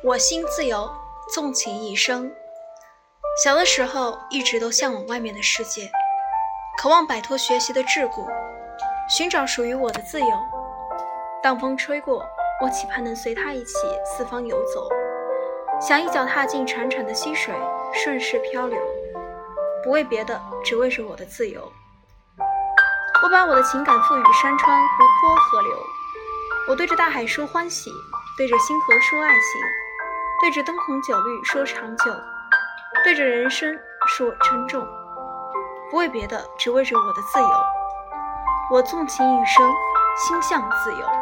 我心自由，纵情一生。小的时候一直都向往外面的世界，渴望摆脱学习的桎梏，寻找属于我的自由。当风吹过，我期盼能随它一起四方游走，想一脚踏进潺潺的溪水，顺势漂流，不为别的，只为着我的自由。我把我的情感赋予山川、湖泊、河流，我对着大海说欢喜，对着星河说爱情，对着灯红酒绿说长久，对着人生说珍重，不为别的，只为着我的自由。我纵情一生，心向自由。